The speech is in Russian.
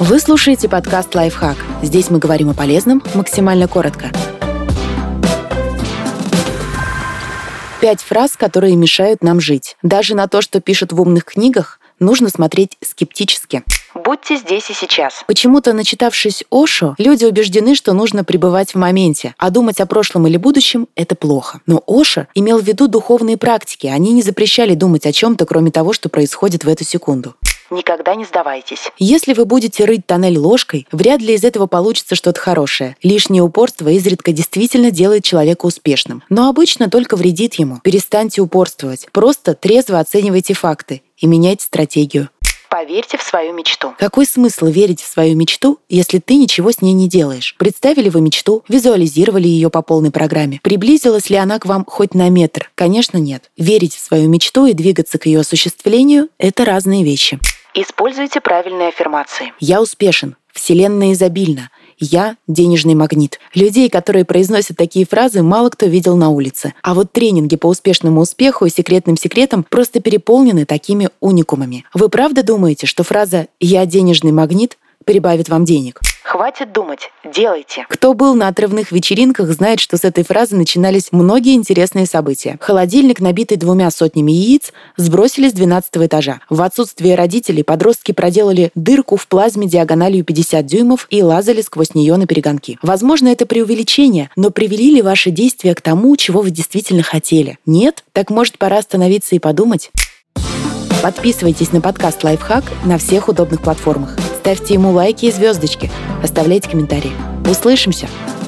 Вы слушаете подкаст «Лайфхак». Здесь мы говорим о полезном максимально коротко. 5 фраз, которые мешают нам жить. Даже на то, что пишут в умных книгах, нужно смотреть скептически. Будьте здесь и сейчас. Почему-то, начитавшись Ошо, люди убеждены, что нужно пребывать в моменте, а думать о прошлом или будущем — это плохо. Но Ошо имел в виду духовные практики, они не запрещали думать о чем-то, кроме того, что происходит в эту секунду. Никогда не сдавайтесь. Если вы будете рыть тоннель ложкой, вряд ли из этого получится что-то хорошее. Лишнее упорство изредка действительно делает человека успешным, но обычно только вредит ему. Перестаньте упорствовать. Просто трезво оценивайте факты и меняйте стратегию. Поверьте в свою мечту. Какой смысл верить в свою мечту, если ты ничего с ней не делаешь? Представили вы мечту, визуализировали ее по полной программе. Приблизилась ли она к вам хоть на метр? Конечно, нет. Верить в свою мечту и двигаться к ее осуществлению — это разные вещи. Используйте правильные аффирмации. Я успешен. Вселенная изобильна. Я – денежный магнит. Людей, которые произносят такие фразы, мало кто видел на улице. А вот тренинги по успешному успеху и секретным секретам просто переполнены такими уникумами. Вы правда думаете, что фраза «я денежный магнит» прибавит вам денег? Хватит думать, делайте. Кто был на отрывных вечеринках, знает, что с этой фразы начинались многие интересные события. Холодильник, набитый 2 сотнями яиц, сбросили с 12-го этажа. В отсутствие родителей подростки проделали дырку в плазме диагональю 50 дюймов и лазали сквозь нее на перегонки. Возможно, это преувеличение, но привели ли ваши действия к тому, чего вы действительно хотели? Нет? Так может, пора остановиться и подумать? Подписывайтесь на подкаст «Лайфхак» на всех удобных платформах. Ставьте ему лайки и звездочки. Оставляйте комментарии. Услышимся!